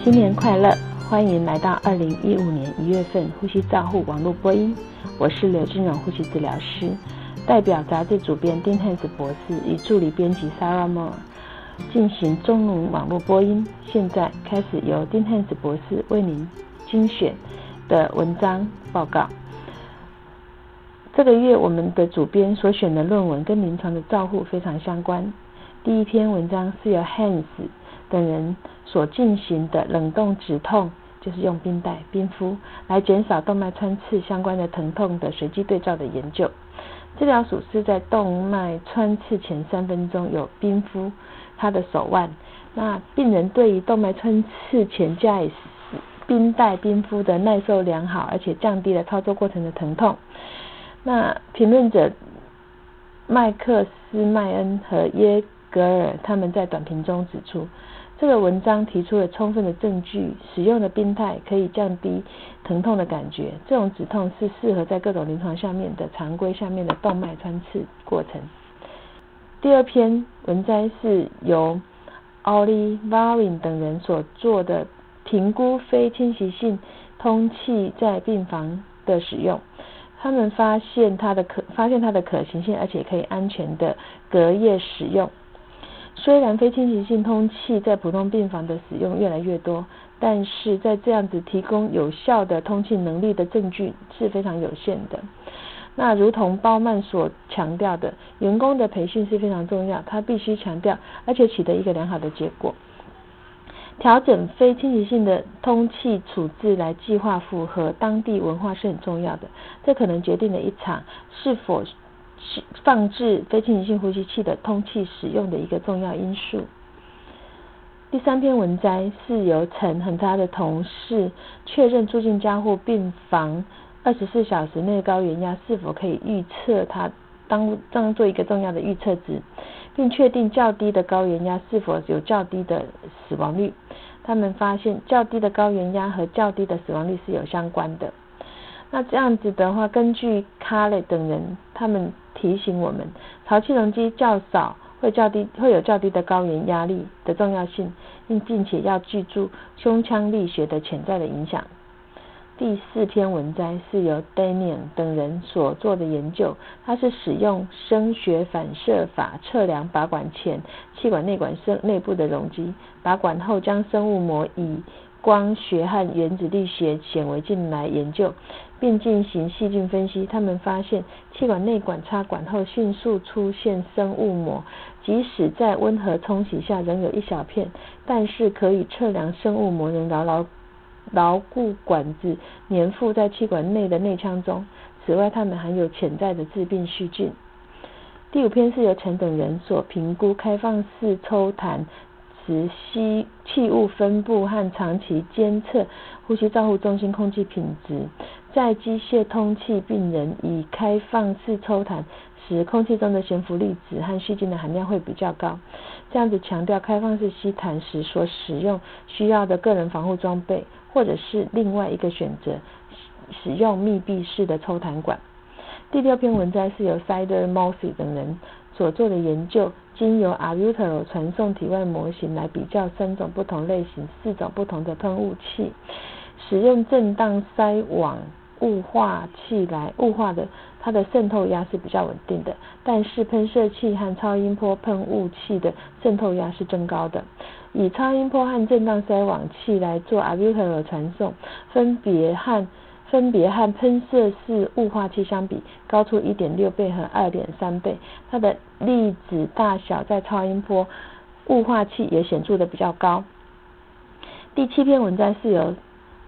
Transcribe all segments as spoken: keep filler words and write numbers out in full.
新年快乐！欢迎来到二零一五年一月份呼吸照护网络播音，我是刘金荣呼吸治疗师，代表杂志主编丁汉斯博士与助理编辑 Sarah Moore 进行中文网络播音。现在开始由丁汉斯博士为您精选的文章报告。这个月我们的主编所选的论文跟临床的照护非常相关。第一篇文章是由 Hans 等人所进行的冷冻止痛，就是用冰袋冰敷来减少动脉穿刺相关的疼痛的随机对照的研究。治疗组是在动脉穿刺前三分钟有冰敷他的手腕，那病人对于动脉穿刺前加以冰袋冰敷的耐受良好，而且降低了操作过程的疼痛。那评论者麦克斯麦恩和耶格尔他们在短评中指出，这个文章提出了充分的证据，使用的冰袋可以降低疼痛的感觉。这种止痛是适合在各种临床下面的常规下面的动脉穿刺过程。第二篇文摘是由奥利瓦林等人所做的评估非侵袭性通气在病房的使用。他们发现它的可发现它的可行性，而且可以安全的隔夜使用。虽然非侵袭性通气在普通病房的使用越来越多，但是在这样子提供有效的通气能力的证据是非常有限的。那如同鲍曼所强调的，员工的培训是非常重要，他必须强调而且取得一个良好的结果。调整非侵袭性的通气处置来计划符合当地文化是很重要的，这可能决定了一场是否放置非侵袭性呼吸器的通气使用的一个重要因素。第三篇文摘是由陈和他的同事确认住进加护病房二十四小时内高原压是否可以预测它当当做一个重要的预测值，并确定较低的高原压是否有较低的死亡率。他们发现较低的高原压和较低的死亡率是有相关的。那这样子的话，根据卡雷等人，他们提醒我们，潮气容积较少会较低会有较低的高原压力的重要性，并且要记住胸腔力学的潜在的影响。第四篇文摘是由 Daniel 等人所做的研究，它是使用声学反射法测量拔管前气管内管内部的容积，拔管后将生物膜以光学和原子力学显微镜来研究，并进行细菌分析。他们发现气管内管插管后迅速出现生物膜，即使在温和冲洗下仍有一小片，但是可以测量生物膜仍牢牢牢固管子粘附在气管内的内腔中。此外，它们含有潜在的致病细菌。第五篇是由陈等人所评估开放式抽痰时吸气雾分布和长期监测呼吸照护中心空气品质。在机械通气病人以开放式抽痰时，空气中的悬浮粒子和细菌的含量会比较高。这样子强调开放式吸痰时所使用需要的个人防护装备，或者是另外一个选择，使用密闭式的抽痰管。第六篇文摘是由 Sider Mossy 等人所做的研究，经由 Albuterol 传送体外模型来比较三种不同类型、四种不同的喷雾器，使用震荡筛网雾化器来雾化的，它的渗透压是比较稳定的，但是喷射器和超音波喷雾器的渗透压是增高的。以超音波和震荡筛网器来做 Albuterol 传送，分别和分别和喷射式雾化器相比，高出 一点六倍和 二点三倍。它的粒子大小在超音波雾化器也显著的比较高。第七篇文摘是由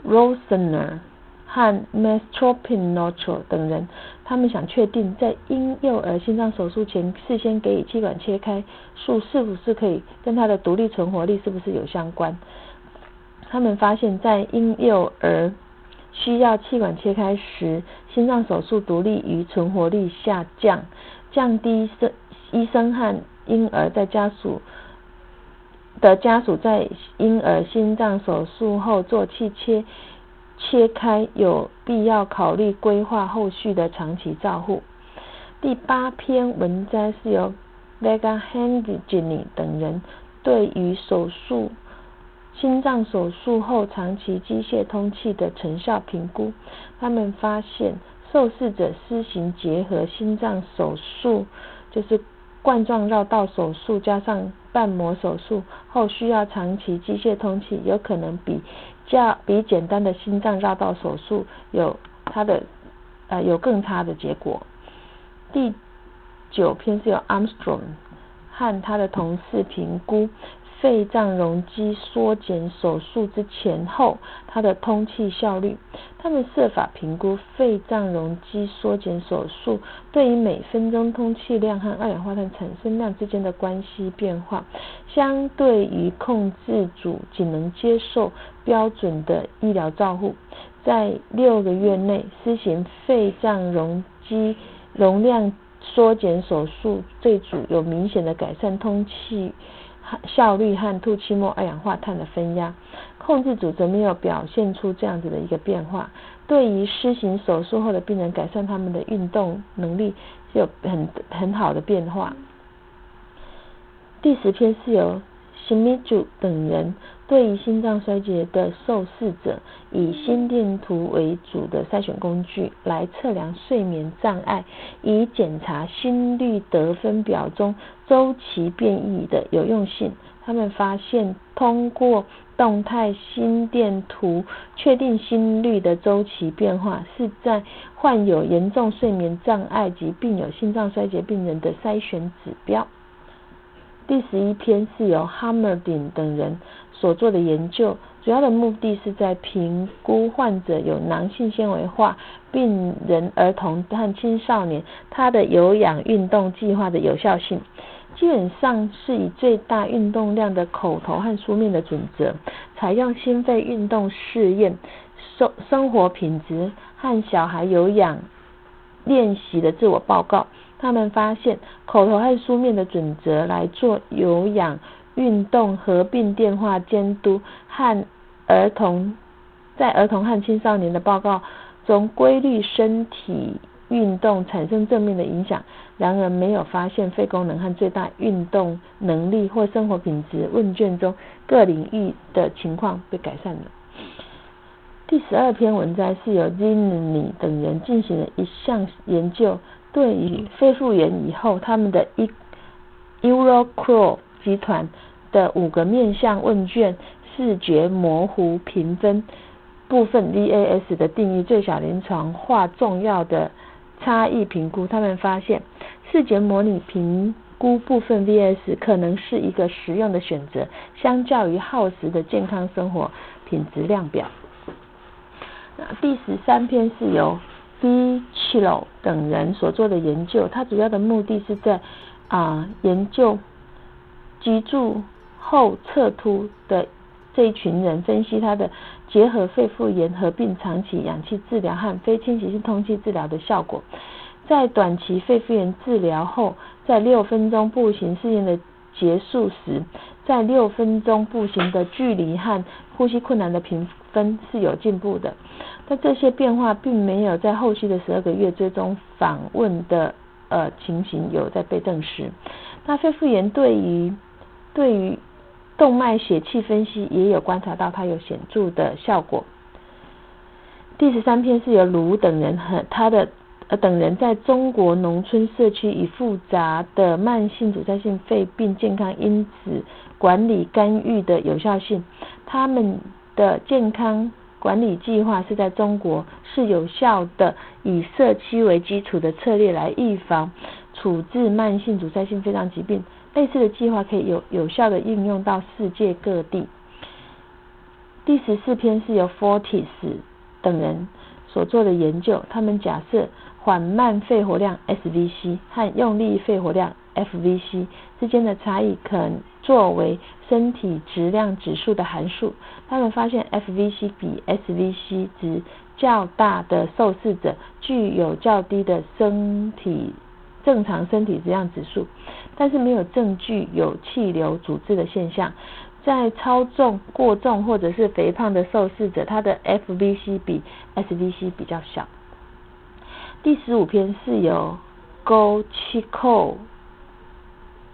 Rosner 和 Mestropinotro 等人，他们想确定在婴幼儿心脏手术前事先给予气管切开术是不是可以跟它的独立存活力是不是有相关。他们发现在婴幼儿需要气管切开时，心脏手术独立与存活率下降，降低医生和婴儿在家属的家属在婴儿心脏手术后做气切切开，有必要考虑规划后续的长期照护。第八篇文摘是由 Vega Handgini 等人对于手术心脏手术后长期机械通气的成效评估。他们发现受试者施行结合心脏手术，就是冠状绕道手术加上瓣膜手术后需要长期机械通气，有可能比较比简单的心脏绕道手术有它的呃有更差的结果。第九篇是由 Armstrong 和他的同事评估肺脏容积缩减手术之前后它的通气效率。他们设法评估肺脏容积缩减手术对于每分钟通气量和二氧化碳产生量之间的关系变化，相对于控制组仅能接受标准的医疗照护，在六个月内施行肺脏容积容量缩减手术，这组有明显的改善通气效率和吐气末二氧化碳的分压，控制组则没有表现出这样子的一个变化。对于施行手术后的病人，改善他们的运动能力是有很很好的变化。第十篇是由辛米祖等人对于心脏衰竭的受试者，以心电图为主的筛选工具来测量睡眠障碍，以检查心率得分表中周期变异的有用性。他们发现，通过动态心电图确定心率的周期变化，是在患有严重睡眠障碍及病有心脏衰竭病人的筛选指标。第十一篇是由 Hammerding 等人所做的研究，主要的目的是在评估患者有囊性纤维化病人、儿童和青少年他的有氧运动计划的有效性。基本上是以最大运动量的口头和书面的准则，采用心肺运动试验、生活品质和小孩有氧练习的自我报告。他们发现，口头和书面的准则来做有氧运动合并电话监督和儿童在儿童和青少年的报告中规律身体运动产生正面的影响，然而没有发现肺功能和最大运动能力或生活品质问卷中各领域的情况被改善了。第十二篇文摘是由 Zinni 等人进行了一项研究，对于肺复原以后他们的 Eurocrawl 集团的五个面向问卷视觉模糊评分部分 V A S 的定义最小临床化重要的差异评估。他们发现，视觉模拟评估部分 V A S 可能是一个实用的选择，相较于耗时的健康生活品质量表。那第十三篇是由 Bichilo 等人所做的研究，它主要的目的是在啊、呃、研究脊柱后侧凸的这一群人，分析它的结合肺复原合并长期氧气治疗和非侵袭性通气治疗的效果。在短期肺复原治疗后，在六分钟步行试验的结束时，在六分钟步行的距离和呼吸困难的评分是有进步的。但这些变化并没有在后续的十二个月追踪访问的呃情形有在被证实。那肺复原对于对于动脉血气分析也有观察到它有显著的效果。第十三篇是由卢等人和他的呃等人在中国农村社区以复杂的慢性阻塞性肺病健康因子管理干预的有效性。他们的健康管理计划是在中国是有效的，以社区为基础的策略来预防处置慢性阻塞性肺脏疾病。类似的计划可以有有效的应用到世界各地。第十四篇是由 Fortis 等人所做的研究，他们假设缓慢肺活量 S V C 和用力肺活量 F V C 之间的差异可作为身体质量指数的函数。他们发现 F V C 比 S V C 值较大的受试者具有较低的身体正常身体质量指数，但是没有证据有气流阻滞的现象。在超重、过重或者是肥胖的受试者，他的 F V C 比 S V C 比较小。第十五篇是由 Gochiko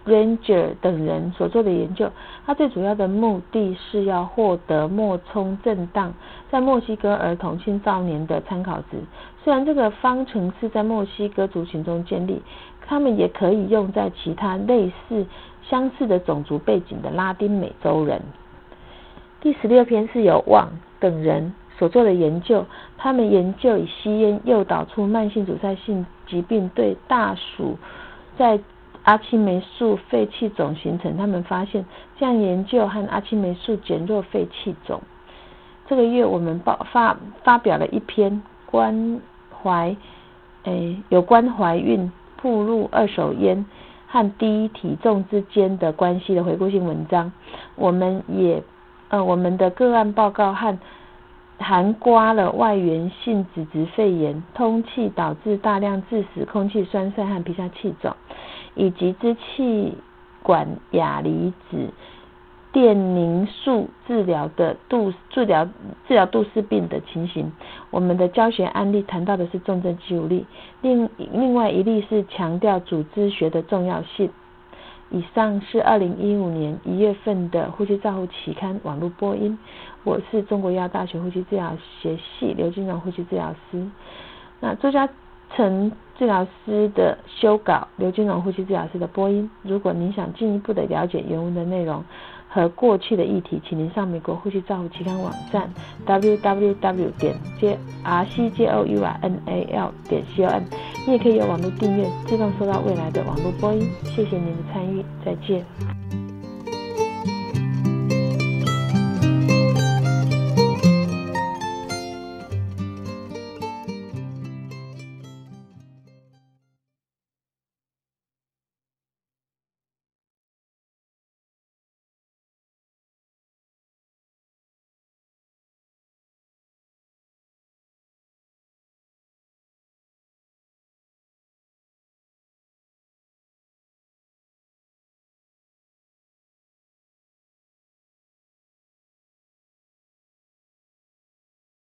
Ranger 等人所做的研究，它最主要的目的是要获得脉冲震荡在墨西哥儿童青少年的参考值。虽然这个方程式在墨西哥族群中建立，他们也可以用在其他类似相似的种族背景的拉丁美洲人。第十六篇是由网等人所做的研究，他们研究以吸烟诱导出慢性阻塞性疾病对大鼠在阿奇霉素肺气肿形成。他们发现这样研究和阿奇霉素减弱肺气肿。这个月我们报发发表了一篇关怀诶有关怀孕、暴露二手烟和低体重之间的关系的回顾性文章。我们也呃我们的个案报告和含刮了外源性脂质肺炎、通气导致大量致死空气栓塞和皮下气肿，以及支气管亚离子电凝素治疗的杜治疗治疗杜氏病的情形。我们的教学案例谈到的是重症肌无力，另另外一例是强调组织学的重要性。以上是二零一五年一月份的呼吸照护期刊网络播音，我是中国医药大学呼吸治疗学系刘金荣呼吸治疗师。那周嘉诚治疗师的修稿，刘金荣呼吸治疗师的播音。如果您想进一步的了解原文的内容和过去的议题，请您上美国呼吸照护期刊网站 double-u double-u double-u 点 r c j o u r n a l 点 com。你也可以有网络订阅，自动收到未来的网络播音。谢谢您的参与，再见。